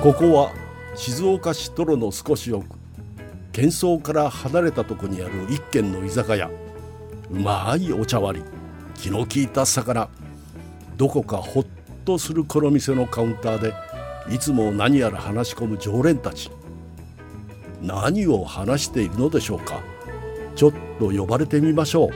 ここは静岡市泥の少し奥、喧騒から離れたとこにある一軒の居酒屋。うまいお茶割り、気の利いた魚、どこかほっとするこの店のカウンターでいつも何やら話し込む常連たち。何を話しているのでしょうか。ちょっと呼ばれてみましょう。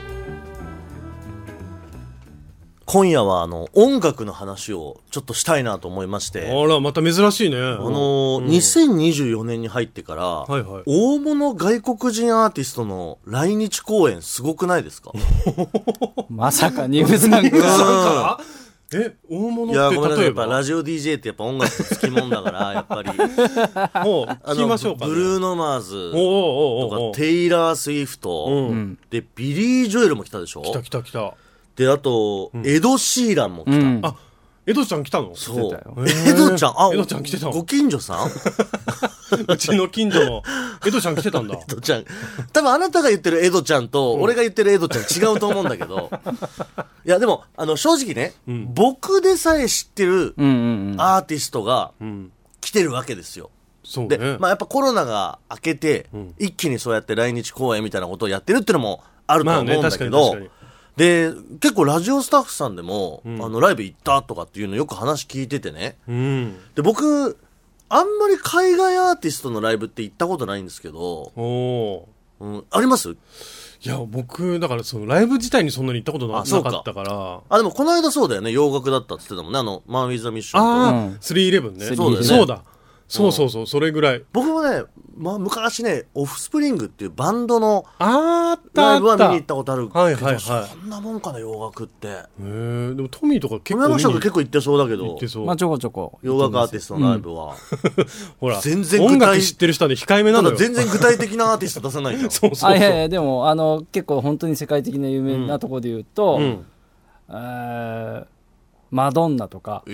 今夜は音楽の話をちょっとしたいなと思いまして。 あら、また珍しいね。 2024年に入ってから、 はいはい、 大物外国人アーティストの来日公演すごくないですか？ まさかニムさんが大物っていや、ごめんなさい、やっぱ例えばラジオ DJ ってやっぱ音楽好きもんだからやっぱり聞きましょうか、ね、 ブルーノマーズとかテイラー・スウィフト、でビリー・ジョエルも来たでしょ。 来たで、あと、エド・シーランも来た。 あ、エドちゃん来たの？ そう。エドちゃん、 エドちゃん来てたの？ ご近所さんうちの近所のエドちゃん来てたんだ。 エドちゃん。多分あなたが言ってるエドちゃんと、俺が言ってるエドちゃん違うと思うんだけど。いや、でも、正直ね、僕でさえ知ってるアーティストが来てるわけですよ。 そうね。 で、やっぱコロナが明けて、一気にそうやって来日公演みたいなことをやってるっていうのもあると思うんだけど、で、結構ラジオスタッフさんでも、ライブ行ったとかっていうのよく話聞いててね。で、僕、あんまり海外アーティストのライブって行ったことないんですけど、あります？ いや、僕、だからそのライブ自体にそんなに行ったことなかったから。 でもこの間そうだよね、洋楽だったって言ってたもんね、マン・ウィズ・ザ・ミッションと。 311ね。 そうだよね。 そうだ。そう、それぐらい。 僕もね、昔ね、オフスプリングっていうバンドのライブは見に行ったことあるけど、 はい、 そんなもんかな、洋楽って。 でもトミーとか結構山下君結構行ってそうだけど、 まあちょこちょこ洋楽アーティストのライブは、 ほら、 全然音楽知ってる人で控えめなのよ。 全然具体的なアーティスト出さないじゃん。 そう。 いやでも結構本当に世界的な有名なところで言うと、マドンナとか、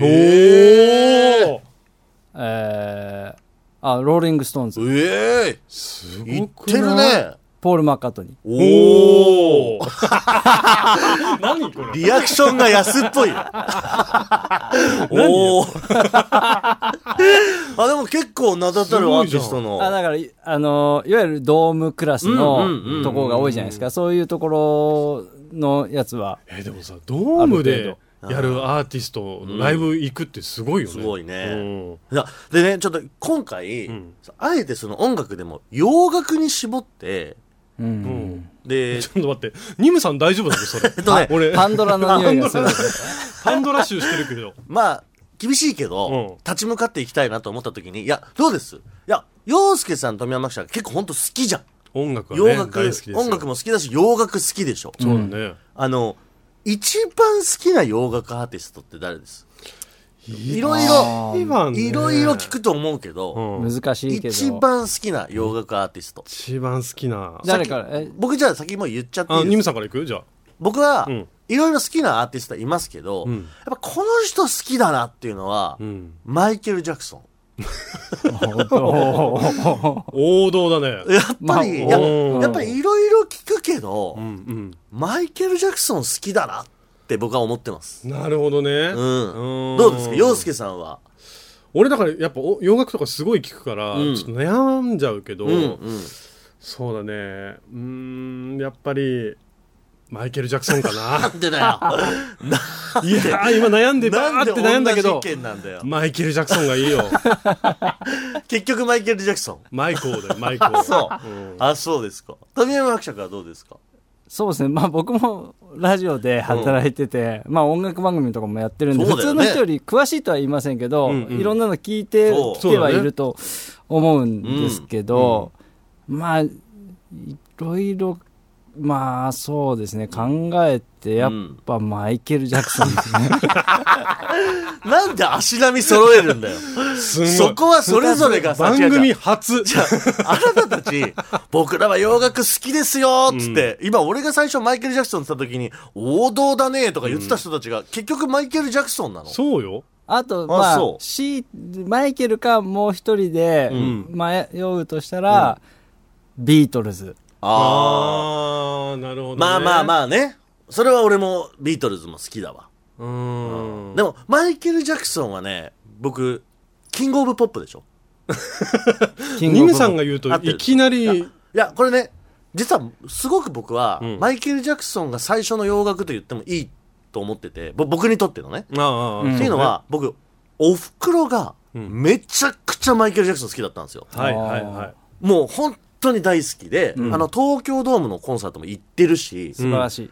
ローリングストーンズ、 すごく行ってるね。 ポール・マッカートニー。 おお何これ、 リアクションが安っぽいよ。おおでも結構名だたるアーティストの。 だからいわゆるドームクラスのところが多いじゃないですか。そういうところのやつは。 でもさ、ドームでやるアーティストのライブ行くってすごいよね。 すごいね。でね、ちょっと今回、あえてその音楽でも洋楽に絞って、で、 ちょっと待って、ニムさん大丈夫なのそれ？俺パンドラの匂いがする。 パンドラ臭してるけど。 厳しいけど、立ち向かっていきたいなと思った時に、いや、どうです？いや、洋介さん、富山記者結構本当好きじゃん。 音楽はね、 洋楽、音楽も好きだし、洋楽好きでしょ。 そうだね。 一番好きな洋楽アーティストって誰です？いろいろ聞くと思うけど、 難しいけど一番好きな洋楽アーティスト。 一番好きな。 誰から？ 僕じゃあ先も言っちゃっていいですか？ ニムさんからいく？じゃあ。 僕は、いろいろ好きなアーティストいますけど、やっぱこの人好きだなっていうのは、マイケル・ジャクソン。 王道だね。 やっぱりいろいろ聞くけど、マイケル・ジャクソン好きだなって僕は思ってます。 なるほどね。 どうですか、洋介さんは？ 俺だからやっぱ洋楽とかすごい聞くから、ちょっと悩んじゃうけど、そうだね、やっぱりマイケル・ジャクソンかな。 なんでだよ。 いや今悩んでバーって悩んだけど、マイケル・ジャクソンがいいよ。 結局マイケル・ジャクソン。 マイコーだよ、マイコー。 そう。そうですか。富山伯爵はどうですか？ そうですね、僕もラジオで働いてて、音楽番組とかもやってるんで、普通の人より詳しいとは言いませんけど、いろんなの聞いてきてはいると思うんですけど、いろいろそうですね、考えてやっぱマイケル・ジャクソンですね。 なんで足並み揃えるんだよ。そこはそれぞれが番組初。 じゃあなたたち僕らは洋楽好きですよっつって、今俺が最初マイケル・ジャクソンって言った時に王道だねとか言ってた人たちが、結局マイケル・ジャクソンなの？ そうよ。 あとマイケルかもう一人で迷うとしたら、ビートルズ。 なるほどね。 ね、それは俺もビートルズも好きだわ。でもマイケル・ジャクソンはね、僕キングオブポップでしょ。 ニムさんが言うといきなり、 いやこれね実はすごく僕は、マイケル・ジャクソンが最初の洋楽と言ってもいいと思ってて、僕にとってのね。っていうのは、僕おふくろがめちゃくちゃマイケル・ジャクソン好きだったんですよ。 はいはいはい。 もう本当に大好きで、東京ドームのコンサートも行ってるし、 素晴らしい。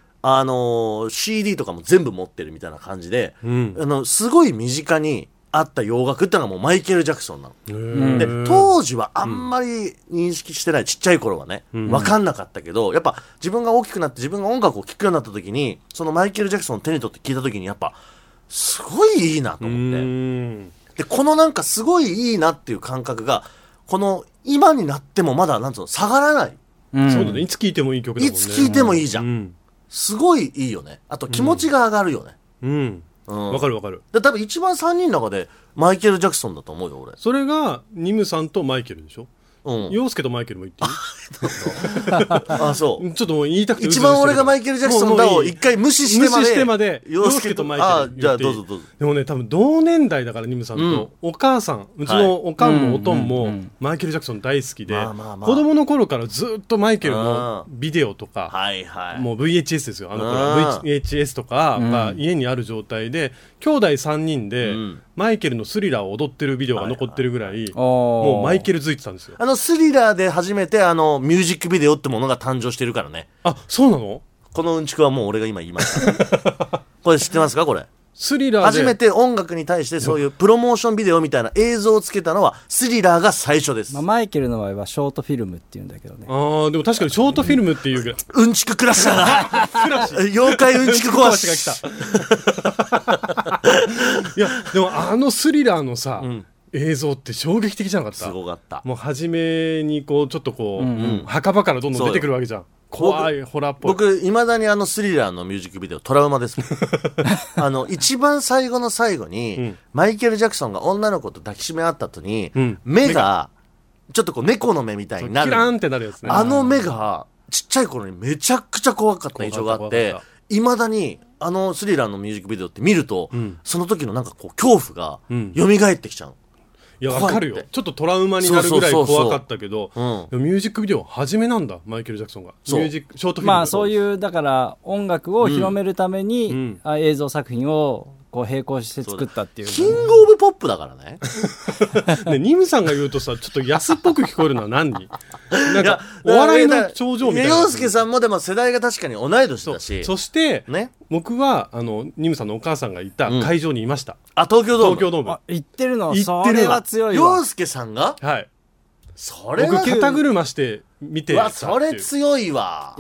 CD とかも全部持ってるみたいな感じで、すごい身近にあった洋楽ってのがもうマイケル・ジャクソンなの。で当時はあんまり認識してない、ちっちゃい頃はね、分かんなかったけど、やっぱ自分が大きくなって自分が音楽を聴くようになった時に、そのマイケル・ジャクソンを手に取って聞いた時にやっぱすごいいいなと思って、でこのなんかすごいいいなっていう感覚がこの今になってもまだなんつうの下がらない。 そうだね、いつ聴いてもいい曲だもんね。 いつ聴いてもいいじゃん、すごいいいよね。あと気持ちが上がるよね。 わかるわかる。 で多分一番3人の中でマイケル・ジャクソンだと思うよ俺。 それがニムさんとマイケルでしょ。陽介とマイケルも言っていい？ あ、そう。 ちょっともう言いたくて一番俺がマイケル・ジャクソンだを一回無視してまで陽介とマイケル言っていい？ じゃあどうぞどうぞ。 でもね多分同年代だからニムさんと、お母さん、うちのおかんもおとんもマイケル・ジャクソン大好きで、子供の頃からずっとマイケルのビデオとか、もう VHS ですよ、あの頃 VHS とかが家にある状態で、兄弟3人でマイケルのスリラーを踊ってるビデオが残ってるぐらい、もうマイケル付いてたんですよ。 スリラーで初めてミュージックビデオってものが誕生してるからね。 あ、そうなの？ このうんちくはもう俺が今言いましたこれ知ってますか？これスリラーで初めて音楽に対してそういうプロモーションビデオみたいな映像をつけたのはスリラーが最初です。 マイケルの場合はショートフィルムっていうんだけどね。 ああ、でも確かにショートフィルムっていうぐらいうんちくクラッシャーだ妖怪うんちく壊しが来たいやでもスリラーのさ、映像って衝撃的じゃなかった？ すごかった。 もう初めにこうちょっとこう、墓場からどんどん出てくるわけじゃん。怖いホラーっぽい。 僕いまだにスリラーのミュージックビデオトラウマですもん一番最後の最後に、マイケル・ジャクソンが女の子と抱きしめ合った後に、目がちょっとこう猫の目みたいになる、 キラーンってなるやつね。 目がちっちゃい頃にめちゃくちゃ怖かった印象があって、いまだにスリラーのミュージックビデオって見ると、その時のなんかこう恐怖が蘇ってきちゃう。 いやわかるよ。ちょっとトラウマになるぐらい怖かったけど、ミュージックビデオ初めなんだ、マイケル・ジャクソンが。ミュージックショートフィルム。 まあそういうだから音楽を広めるために、映像作品をこう並行して作ったっていう、 キングオブポップだからねね、ニムさんが言うとさちょっと安っぽく聞こえるのは何？なんかお笑いの頂上みたいな。 陽介さんもでも世代が確かに同い年だし、 そして、ね、僕はニムさんのお母さんがいた会場にいました。 東京ドーム。 行ってるの？それは強いわ。 陽介さんが？ はい。 それは僕肩車して見てたっていう。 それ強いわ。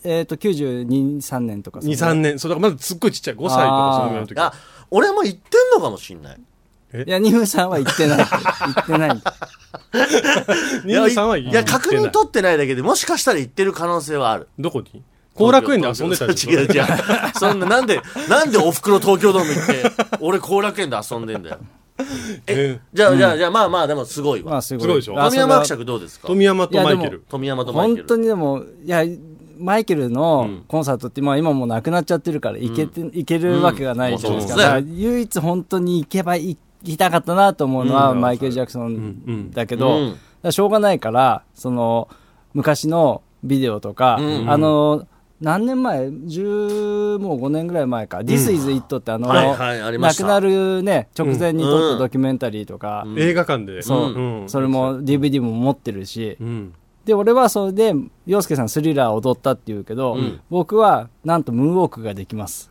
92、3年とか。 2、3年。そうだからまだすっごいちっちゃい5歳とかそのぐらいの時。 俺も行ってんのかもしんない。 いや、ニムさんは行ってない。行ってない。 ニムさんは行ってない。 いや、確認取ってないだけでもしかしたら行ってる可能性はある。 どこに？後楽園で遊んでたでしょ。 違う。そんな、なんでおふくろ東京ドーム行って、俺後楽園で遊んでんだよ。じゃあまあでもすごいわ。 すごいでしょ。 富山伯爵どうですか？ 富山とマイケル。 本当にでも、いや、マイケルのコンサートって、まあ今もうなくなっちゃってるから行けるわけがないじゃないですか。だから唯一本当に行けば行きたかったなと思うのはマイケル・ジャクソンだけど、しょうがないから、その昔のビデオとか、何年前もう5年ぐらい前か、This is It って亡くなるね直前に撮ったドキュメンタリーとか、 映画館でそれも DVD も持ってるし、で俺はそれで陽介さんスリラー踊ったっていうけど、僕はなんとムーンウォークができます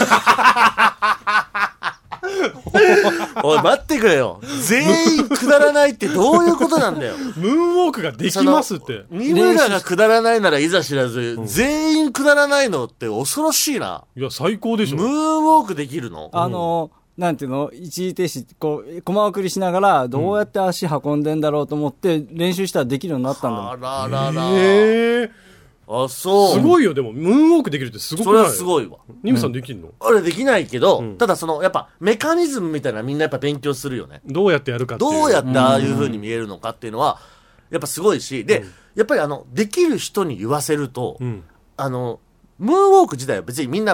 おい待ってくれよ、全員くだらないってどういうことなんだよ。 ムーンウォークができますって。 三村がくだらないならいざ知らず、全員くだらないのって恐ろしいな。 いや最高でしょ。 ムーンウォークできるの？ なんていうの、一時停止こうコマ送りしながらどうやって足運んでんだろうと思って練習したらできるようになったんだもん。 あららら。あ、そう。 すごいよ。でもムーンウォークできるってすごくない？ それはすごいわ。 ニムさんできるの？ 俺できないけど、ただやっぱメカニズムみたいなみんなやっぱ勉強するよね。 どうやってやるかっていう。 どうやってああいう風に見えるのかっていうのはやっぱすごいし、で、やっぱりできる人に言わせると、ムーンウォーク自体は別にみんな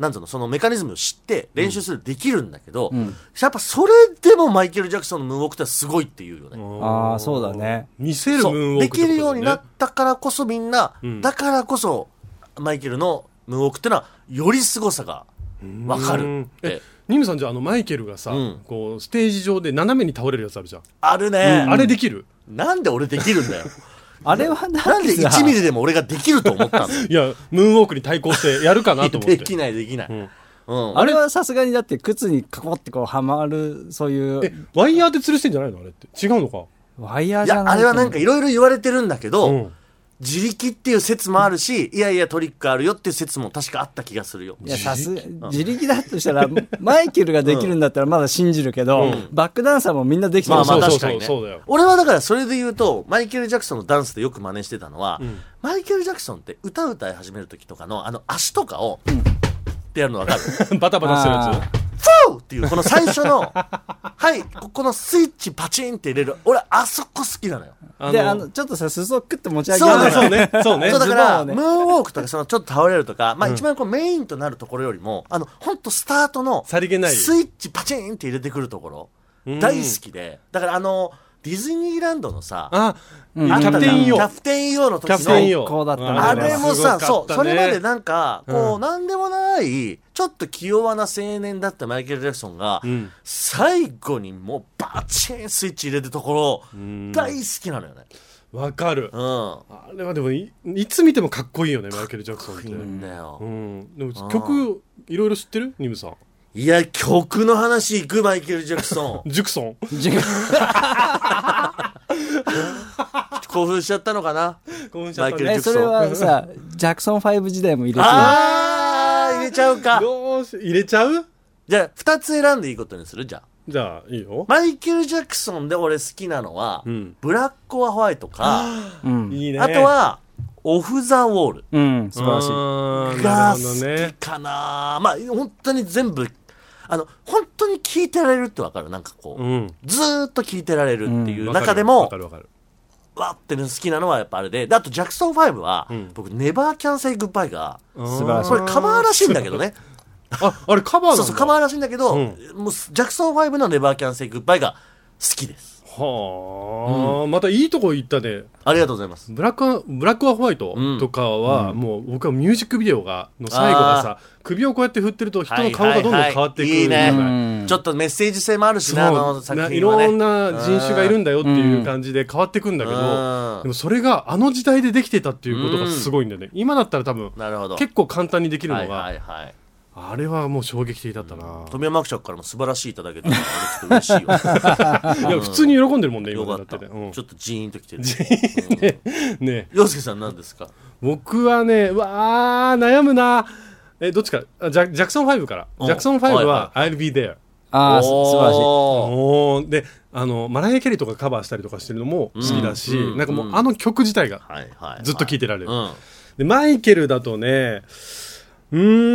なんつうの、そのメカニズムを知って練習するできるんだけど、やっぱそれでもマイケル・ジャクソンのムーンウォークってすごいっていうよね。 ああ、そうだね。 見せるムーンウォークできるようになったからこそみんな、だからこそマイケルのムーンウォークってのはより凄さが分かるって。 ニムさん、じゃあマイケルがさ、こうステージ上で斜めに倒れるやつあるじゃん。 あるね、 あれできる？ なんで俺できるんだよ。 あれはなんで1ミリでも俺ができると思ったんだよ。 いや、ムーンウォークに対抗してやるかなと思って。 できない。 あれはさすがにだって靴にカコってこうはまる、そういう。 ワイヤーで吊るしてんじゃないのあれって。違うのか。 ワイヤーじゃない。 いや、あれはなんかいろいろ言われてるんだけど、自力っていう説もあるし、いやいやトリックあるよっていう説も確かあった気がするよ。 いや、自力だとしたらマイケルができるんだったらまだ信じるけど、バックダンサーもみんなできてる。 まあ確かにね。俺はだからそれで言うとマイケル・ジャクソンのダンスでよく真似してたのは、マイケル・ジャクソンって歌い始める時とかの足とかをってやるの分かる？ バタバタしてるやつ。 フォーっていうこの最初のはいここのスイッチパチンって入れる、俺あそこ好きなのよ。 でちょっとさ裾をクッと持ち上げる。 そうねそうだからムーンウォークとかそのちょっと倒れるとか、まあ一番こうメインとなるところよりも本当スタートのスイッチパチンって入れてくるところ大好きで、だからディズニーランドのさ、 キャプテン EO の時のあれもさ、それまでなんかこうなんでもないちょっと気弱な青年だったマイケル・ジャクソンが最後にもうバチンスイッチ入れるところ大好きなのよね。 わかる。あれはでもいつ見てもかっこいいよね、マイケル・ジャクソンって。 いいんだよ。 でも曲いろいろ知ってる？ニムさん。 いや、曲の話いくマイケル・ジャクソン。 ジュクソン興奮しちゃったのかな。 興奮しちゃった。 それはさ、ジャクソン5時代も入れちゃう。 入れちゃうか。 入れちゃう？じゃあ2つ選んでいいことにする？じゃあいいよ。 マイケル・ジャクソンで俺好きなのは、ブラック・オア・ホワイトか、 いいね。 あとはオフ・ザ・ウォール、 素晴らしいが好きかな。まあ本当に全部本当に聴いてられるって分かる。なんかこう、ずーっと聴いてられるっていう中でも、わって好きなのはやっぱあれで、あとジャクソン5は、僕ネバーキャンセイグッバイが素晴らしい。 これカバーらしいんだけどね。 あれカバーなんだ。 そうカバーらしいんだけど、もうジャクソン5のネバーキャンセイグッバイが好きです。 はあ、またいいとこ行ったね。 ありがとうございます。 ブラックアホワイトとかは、もう僕はミュージックビデオの最後がさ、首をこうやって振ってると人の顔がどんどん変わっていく。 いいね。ちょっとメッセージ性もあるしな、作品はね。 いろんな人種がいるんだよっていう感じで変わっていくんだけど、でもそれが時代でできてたっていうことがすごいんだよね。今だったら多分結構簡単にできるのが、あれはもう衝撃的だったな。 富山伯爵からも素晴らしいいただけてちょっと嬉しいよ。 いや普通に喜んでるもんね。 よかった。ちょっとジーンときてる。 ね。 陽介さん何ですか？ 僕はね、悩むな。どっちか。ジャクソン5から。ジャクソン5は I'll be there。 素晴らしい。 でマライア・キャリーとかカバーしたりとかしてるのも好きだし、なんかもう曲自体がずっと聴いてられる。でマイケルだとね、すっ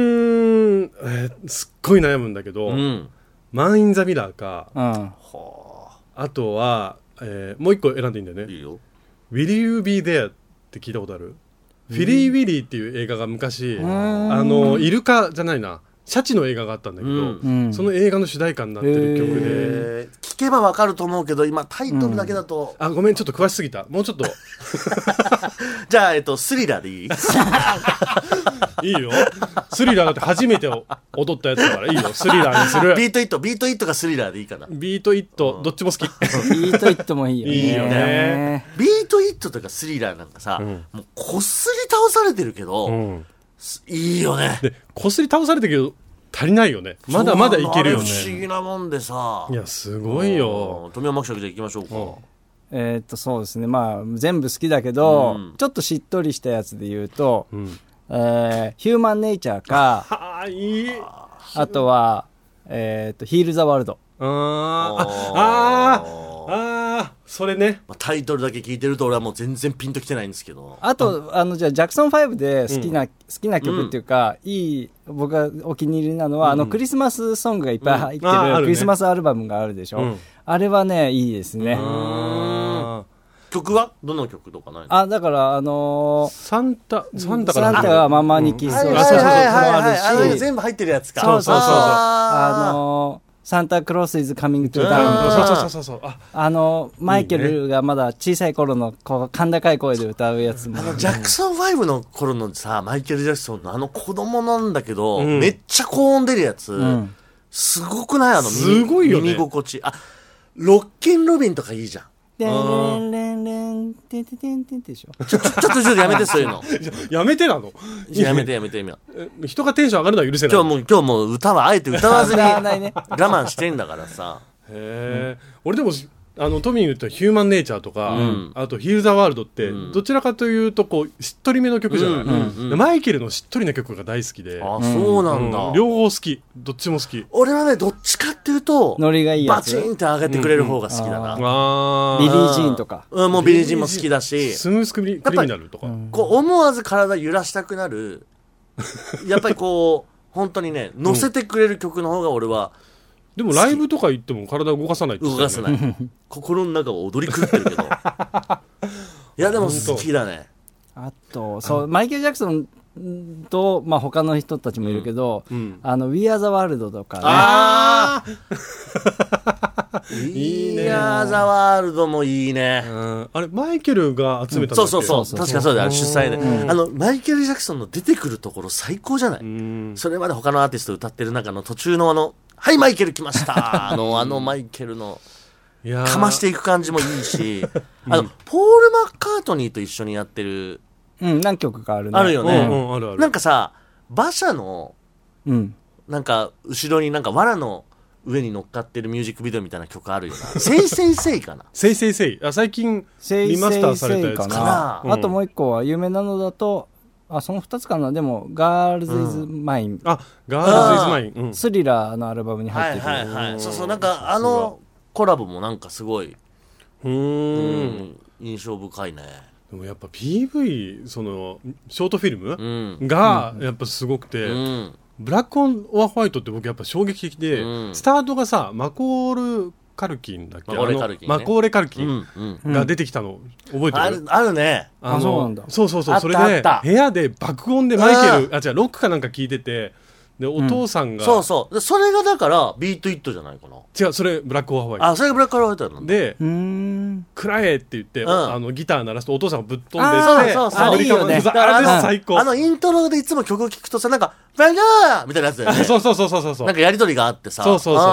ごい悩むんだけど、マン・イン・ザ・ミラーか、あとは、もう一個選んでいいんだよね。 いいよ。 Will You Be There って聞いたことある？フィリー・ウィリーっていう映画が昔イルカじゃないな、シャチの映画があったんだけど、その映画の主題歌になってる曲で、 聞けばわかると思うけど今タイトルだけだと、 ごめんちょっと詳しすぎた。もうちょっとじゃあスリラーでいい？ いいよ。スリラーだって初めて踊ったやつだからいいよ。スリラーにする。 ビートイットがスリラーでいいかな。 ビートイット、どっちも好き。 ビートイットもいいよね。 いいよね。 ビートイットとかスリラーなんかさ、もうこすり倒されてるけど、いいよね。 でこすり倒されてるけど足りないよね。まだまだいけるよね。 不思議なもんでさ。 いやすごいよ。 富山伯爵じゃあ行きましょうか。 そうですね。まあ全部好きだけど、ちょっとしっとりしたやつで言うと、ヒューマンネイチャーか、あとはヒールザワールド。 それね。 タイトルだけ聞いてると俺はもう全然ピンときてないんですけど。 あとじゃあジャクソン5で好きな曲っていうか、僕がお気に入りなのは、クリスマスソングがいっぱい入ってるクリスマスアルバムがあるでしょ。あれはねいいですね。 曲はどの曲とかないの？ あ、だからサンタがママにキスをしてるもあるし、 全部入ってるやつか。 そうサンタクロースイズカミングトゥータウン。そうマイケルがまだ小さい頃の甲高い声で歌うやつも。 ジャクソン5の頃のさ、マイケル・ジャクソンの子供なんだけど、めっちゃ高音出るやつ、すごくない？ すごいよね。 耳心地。ロッキンロビンとかいいじゃん。 でんれんれんてんてんてんてんでしょ。 ちょっとやめて、そういうの。 やめてなの？ やめて今。 人がテンション上がるのは許せない。 今日もう歌はあえて歌わずに我慢してんだからさ。 俺でもトミー言ったヒューマンネイチャーとか、あとヒール・ザ・ワールドって、どちらかというとこうしっとりめの曲じゃない、マイケルのしっとりな曲が大好きで。 あ、そうなんだ。 両方好き、どっちも好き。 俺はね、どっちかっていうとノリがいいやつ、 バチンって上げてくれる方が好きだな。 ビリー・ジーンとか。 もうビリー・ジーンも好きだし、 スムースクリミナルとか、 こう思わず体揺らしたくなるやっぱりこう本当にね、乗せてくれる曲の方が俺は。 でもライブとか行っても体を動かさないって言ってたよね。 動かさない心の中は踊り狂ってるけどいやでも好きだね。 あとマイケル・ジャクソンと、他の人たちもいるけど、We Are the World とかね。 We Are the World もいいね。 あれマイケルが集めたんだっけ？ そう確かそうだよ、主催で。マイケル・ジャクソンの出てくるところ最高じゃない？それまで他のアーティスト歌ってる中の途中のはいマイケル来ましたマイケルのかましていく感じもいいしポール・マッカートニーと一緒にやってる何曲かあるね。 あるよね。 あるなんかさ、馬車のなんか後ろになんか藁の上に乗っかってるミュージックビデオみたいな曲あるよな。せいせいせいかな。 せいせいせい。最近リマスターされたやつかな。あともう一個は有名なのだと、その2つかな。でもガールズ・イズ・マイン。 ガールズ・イズ・マイン。 スリラーのアルバムに入ってる。そうなんかコラボもなんかすごい印象深いね。 でもやっぱ PV ショートフィルムがやっぱすごくて、ブラック・オア・ホワイトって僕やっぱ衝撃的で、スタートがさマコール・カルキンだっけ？マコーレ・カルキンが出てきたの覚えてる？ あるね。 そうなんだ。 そうそれで部屋で爆音でマイケルロックかなんか聞いてて、でお父さんがそれがだからビートイットじゃないかな。 違う、それブラック・オア・ホワイト。 それがブラック・オア・ホワイトなんだ。 でクラエって言ってギター鳴らすとお父さんがぶっ飛んであれいいよね。 最高。 イントロでいつも曲を聴くとさ、なんかバンガーみたいなやつだよね。 そうなんかやりとりがあってさ。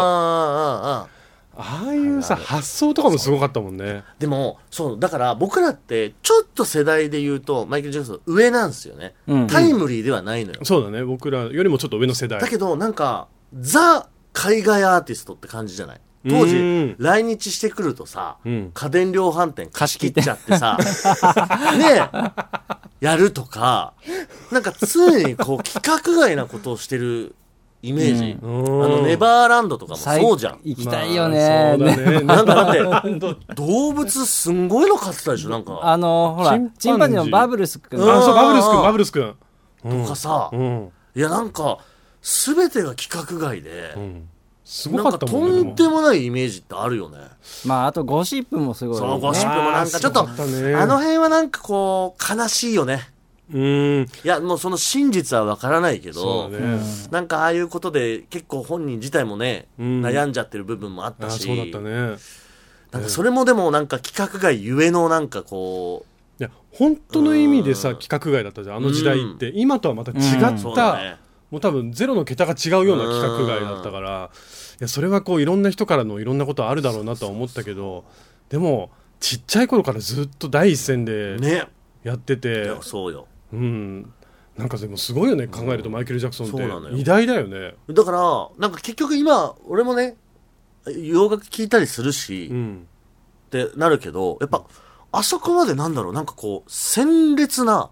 ああいうさ発想とかもすごかったもんね。 でもだから僕らってちょっと世代で言うとマイケル・ジャクソン上なんですよね。タイムリーではないのよ。 そうだね、僕らよりもちょっと上の世代だけど、なんかザ海外アーティストって感じじゃない？当時来日してくるとさ、家電量販店貸し切っちゃってさねやるとか、なんか常にこう規格外なことをしてるイメージ。ネバーランドとかもそうじゃん。 行きたいよね。 なんかだって動物すんごいの飼ってたでしょ。なんかほらチンパンジーのバブルス君。 そうバブルス君とかさ、いやなんか全てが規格外で、 すごかったもんね。 なんかとんでもないイメージってあるよね。 あとゴシップもすごい。 そうゴシップもなんかちょっとの辺はなんかこう悲しいよね。いやもうその真実は分からないけど、なんかああいうことで結構本人自体もね、悩んじゃってる部分もあったし、 そうだったね。 なんかそれもでもなんか規格外ゆえのなんかこう、いや本当の意味でさ規格外だったじゃん、時代って。今とはまた違った、もう多分ゼロの桁が違うような規格外だったから、いやそれはこういろんな人からのいろんなことあるだろうなとは思ったけど、でもちっちゃい頃からずっと第一線でやってて、 そうよ。 なんかでもすごいよね、考えるとマイケル・ジャクソンって偉大だよね。 だからなんか結局今俺もね洋楽聴いたりするし、ってなるけど、やっぱあそこまでなんだろう、なんかこう鮮烈な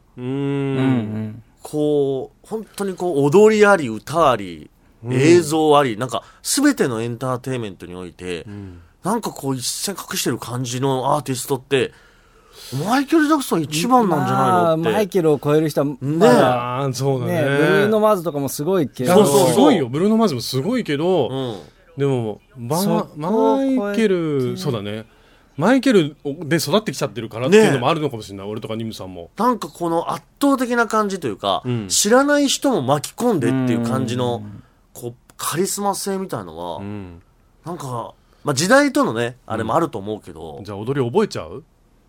こう本当にこう踊りあり歌あり映像あり、なんか全てのエンターテインメントにおいて、なんかこう一線隠してる感じのアーティストってマイケル・ジャクソン一番なんじゃないのって。 マイケルを超える人はそうだね。 ブルーノ・マーズとかもすごいけど、 すごいよ、ブルーノ・マーズもすごいけど、でもマイケル、そうだね、 マイケルで育ってきちゃってるからっていうのもあるのかもしれない、俺とかニムさんも。 なんかこの圧倒的な感じというか、知らない人も巻き込んでっていう感じのこうカリスマ性みたいのは、なんか、まあ、時代とのねあれもあると思うけど、 じゃあ踊り覚えちゃう？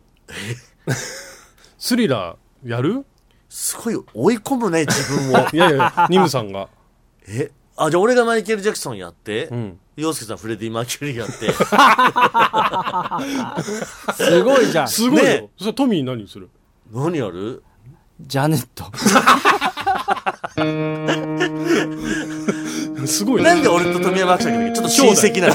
スリラーやる？ すごい追い込むね自分を。 いやいやニムさんがじゃあ俺がマイケル・ジャクソンやって、陽介さんフレディ・マーキュリーやって。 すごいじゃん。 すごいよ、ね、それトミー何する？ 何やる？ ジャネット。 すごいね。 なんで俺と富山伯爵だけちょっと親戚なの？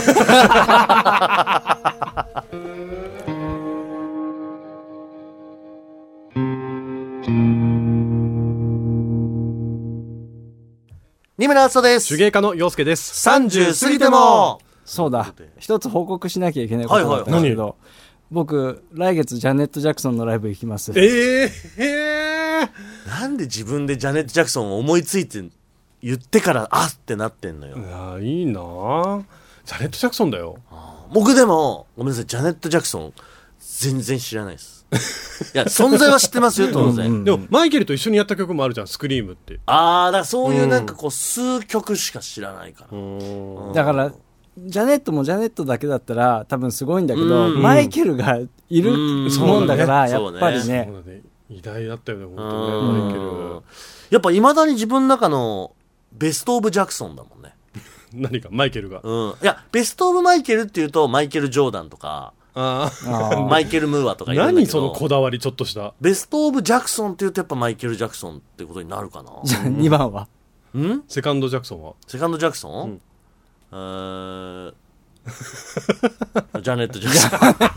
二村敦人です。 手芸家の陽介です。 30過ぎても。 そうだ、一つ報告しなきゃいけないことだったんですけど、僕来月ジャネット・ジャクソンのライブ行きます。 なんで自分でジャネット・ジャクソンを思いついて言ってからあってなってんのよ。 いやいいなぁ、ジャネット・ジャクソンだよ。 僕でもごめんなさい、ジャネット・ジャクソン全然知らないです。いや存在は知ってますよ当然。 でもマイケルと一緒にやった曲もあるじゃん、スクリームって。 だからそういうなんかこう数曲しか知らないから、 だからジャネットもジャネットだけだったら多分すごいんだけど、マイケルがいるもんだからやっぱりね、 偉大だったよね本当ねマイケル。 やっぱいまだに自分の中のベストオブジャクソンだもんね。 何かマイケルが、 いやベストオブマイケルっていうとマイケル・ジョーダンとかマイケル・ムーアとかいるんだけど、 何そのこだわりちょっとした。 ベストオブジャクソンっていうとやっぱマイケル・ジャクソンってことになるかな。 じゃあ2番はセカンド・ジャクソンは？ セカンド・ジャクソン、ジャネット・ジャク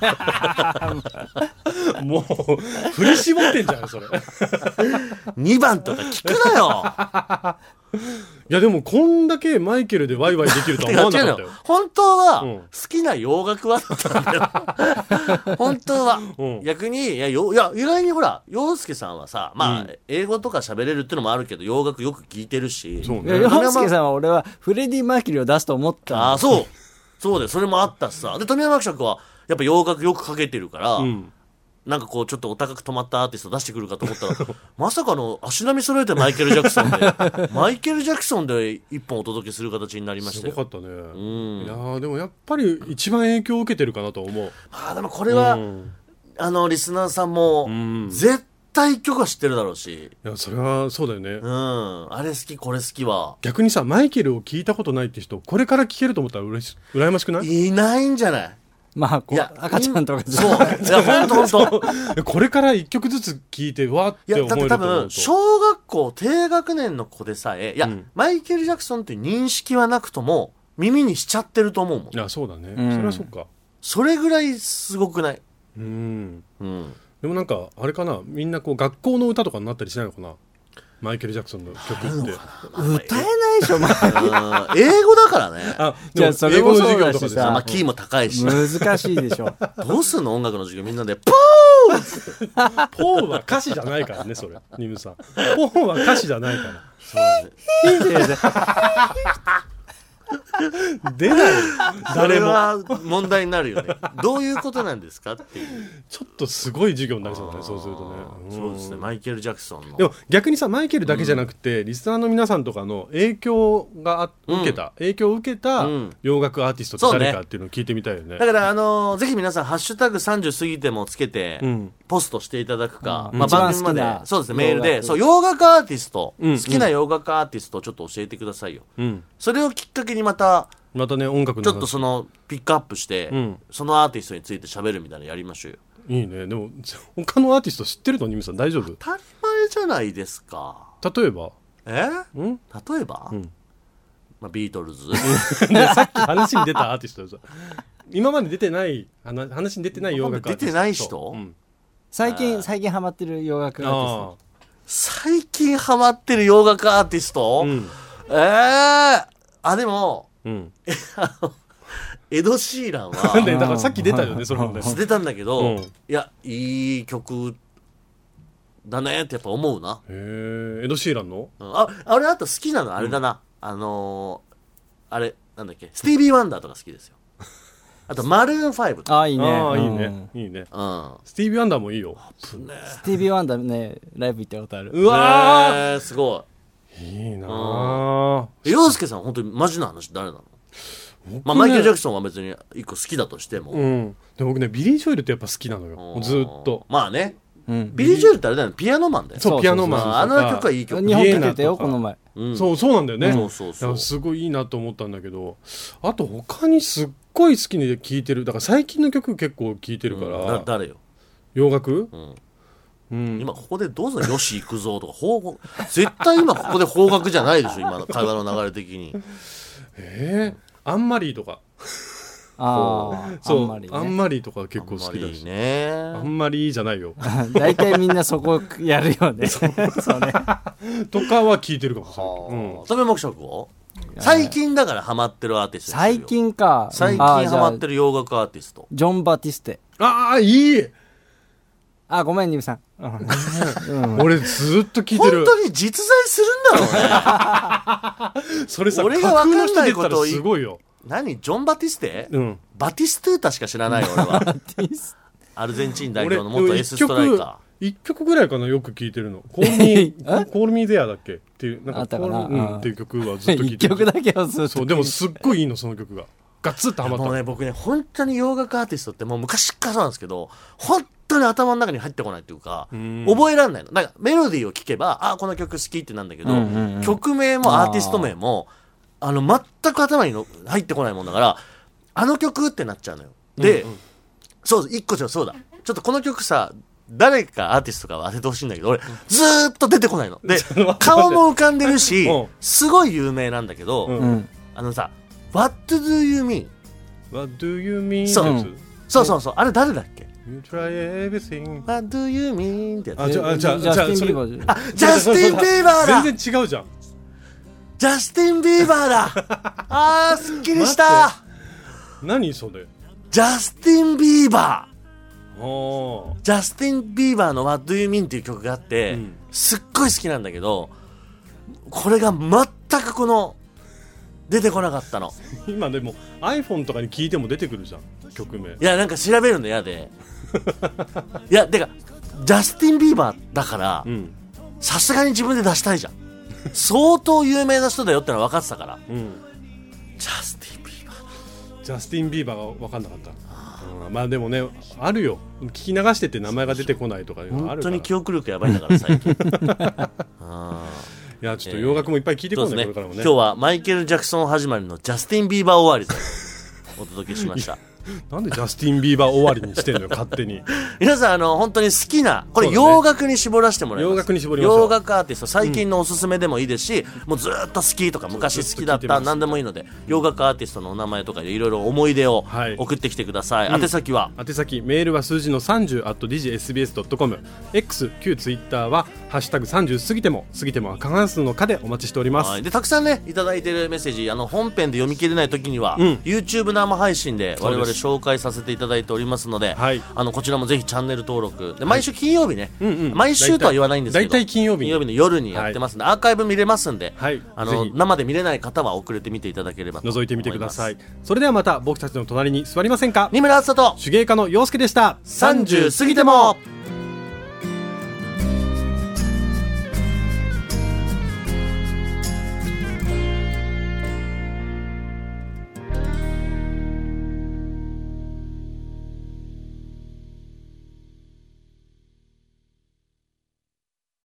ソン。もう振り絞ってんじゃんそれ。 2番とか聞くなよ。 いやでもこんだけマイケルでワイワイできるとは思わなかったよ。 本当は好きな洋楽はだったんだよ。本当は、逆にいや意外にほら陽介さんはさ、まあ、英語とか喋れるっていうのもあるけど洋楽よく聞いてるし、 陽介さんは俺はフレディ・マーキュリーを出すと思ったそうだよ、それもあったしさ。で富山伯爵はやっぱ洋楽よくかけてるから、なんかこうちょっとお高く止まったアーティスト出してくるかと思ったらまさかの足並み揃えてマイケル・ジャクソンでマイケル・ジャクソンで一本お届けする形になりましたよ。 すごかったね。いやでもやっぱり一番影響を受けてるかなと思う。 でもこれは、リスナーさんも、絶対曲は知ってるだろうし。 いやそれはそうだよね。 あれ好きこれ好きは。逆にさマイケルを聞いたことないって人これから聞けると思ったら羨ましくない？ いないんじゃない？ まあ赤ちゃんとかそういや本当これから一曲ずつ聴いてわって思えると思うと。 多分小学校低学年の子でさえマイケル・ジャクソンって認識はなくとも耳にしちゃってると思うもん。 いやそうだね、それはそっか。 それぐらいすごくない？ でもなんかあれかな、みんなこう学校の歌とかになったりしないのかな、マイケル・ジャクソンの曲って歌えないでしょ、 英語だからね。 じゃあそれもそうだしさ、 キーも高いし難しいでしょ。 どうすんの音楽の授業みんなでポーポーは歌詞じゃないからね、それニムさん。ポーは歌詞じゃないから。そうね出ない誰も。それは問題になるよね。どういうことなんですかっていう。 ちょっとすごい授業になりそうだね、そうするとね。 そうですね、マイケル・ジャクソンの。 でも逆にさ、マイケルだけじゃなくて、リスナーの皆さんとかの影響を受けた洋楽アーティストって誰かっていうのを聞いてみたいよね。 だからぜひ皆さんハッシュタグ30過ぎてもつけてポストしていただくか、番組までそうですね、メールで洋楽アーティスト、好きな洋楽アーティストをちょっと教えてくださいよ。それをきっかけにまたね、音楽のちょっとそのピックアップして、そのアーティストについて喋るみたいなのやりましょうよ。 いいね。でも他のアーティスト知ってるの？ニムさん大丈夫？ 当たり前じゃないですか。 例えば例えば、ビートルズさっき話に出たアーティストでさ、今まで出てない話に出てない洋楽アーティスト。 出てない人、 最近ハマってる洋楽アーティスト。 最近ハマってる洋楽アーティスト、でも、エド・シーランはだからさっき出たよね、それもね。 出たんだけど、いやいい曲だねってやっぱ思うな。 エド・シーランのあと好きなのあれだな、あれなんだっけ、スティービー・ワンダーとか好きですよ。 あとマルーン5。 いいね、いいね、スティービー・ワンダーもいいよ。 スティービー・ワンダーね、ライブ行ったことある。 うわすごい、いいな。 陽介さん本当にマジな話誰なの？マイケル・ジャクソンは別に一個好きだとしても、 で僕ねビリー・ジョエルってやっぱ好きなのよ、ずっと。 まあね、ビリー・ジョエルってあれだよね、ピアノマンだよ。 そう、ピアノマン。 あの曲はいい曲。 日本出てたよこの前。 そうなんだよね。 そうすごいいいなと思ったんだけど、あと他にすっごい好きに聴いてる、だから最近の曲結構聴いてるから。 誰よ？ 洋楽？ 今ここでどうぞよし行くぞとか絶対今ここで邦楽じゃないでしょ、今の会話の流れ的に。 アンマリーとか。そう、アンマリーとか結構好きだしね。アンマリーじゃないよ。 大体みんなそこやるよね。そうね。 とかは聞いてるかもしれない。 食べ黙食を最近だからハマってるアーティスト。 最近か。 最近ハマってる洋楽アーティスト。 ジョン・バティステ。 いい。 ごめんニムさん。 俺ずっと聞いてる。 本当に実在するんだろうね。 それさ、 俺が分かんないことをすごいよ。 何ジョン・バティステ？バティストゥータしか知らないよ俺は。アルゼンチン代表の元エースストライカー。1曲ぐらいかな、よく聴いてるの。コールミーゼアだっけっていう、なんかコールっていう曲はずっと聴いてる。 1曲だけはずっと。 そう、でもすっごいいいの、その曲が。ガッツッとハマった。 もうね、僕ね、本当に洋楽アーティストってもう昔からそうなんですけど、本当に頭の中に入ってこないっていうか、覚えられないの。なんかメロディーを聴けば、この曲好きってなんだけど、曲名もアーティスト名も、全く頭に入ってこないもんだから、あの曲ってなっちゃうのよ。で、そう、一個そうだ。ちょっとこの曲さ、誰かアーティストかは当ててほしいんだけど、俺、ずーっと出てこないの。で、顔も浮かんでるし、すごい有名なんだけど、さ、What do you mean? What do you mean? そう。あれ誰だっけ？ You try everything. What do you mean? ってやつ。 ジャスティン・ビーバー。 ジャスティン・ビーバーだ。 全然違うじゃん。 ジャスティン・ビーバーだ。すっきりした。 何それ？ ジャスティン・ビーバー。 ジャスティン・ビーバーの What do you mean っていう曲があって、すっごい好きなんだけど、これが全く出てこなかったの。 今でも iPhone とかに聞いても出てくるじゃん、曲名。 いや、なんか調べるの嫌で。いや、てかジャスティン・ビーバーだからさすがに自分で出したいじゃん。相当有名な人だよってのは分かってたから、ジャスティン・ビーバー。 ジャスティン・ビーバーが分かんなかった。まあでもね、あるよ、聞き流してて名前が出てこないとかいうのあるから。 本当に記憶力やばいんだから最近。 いや、ちょっと洋楽もいっぱい聞いてこうね、これからもね。 今日はマイケル・ジャクソン始まりのジャスティン・ビーバー終わりでお届けしました。 なんでジャスティン・ビーバー終わりにしてんのよ、勝手に。 皆さん、本当に好きな、これ洋楽に絞らせてもらいます。 洋楽に絞りましょう。 洋楽アーティスト、最近のおすすめでもいいですし、もうずっと好きとか昔好きだった何でもいいので、洋楽アーティストのお名前とかでいろいろ思い出を送ってきてください。宛先は？ 宛先、メールは数字の30@djsbs.com、X、旧ツイッターはハッシュタグ30過ぎても過半数の課でお待ちしております。 で、たくさんねいただいているメッセージ、本編で読み切れない時には、YouTube 生配信で我々紹介させていただいておりますので、こちらもぜひチャンネル登録で、毎週金曜日ね、毎週とは言わないんですけど、 大体金曜日の夜にやってますので、アーカイブ見れますんで、生で見れない方は遅れて見ていただければと思います。 覗いてみてください。それではまた僕たちの隣に座りませんか？ 二村敦人と手芸家の陽介でした。 30過ぎても。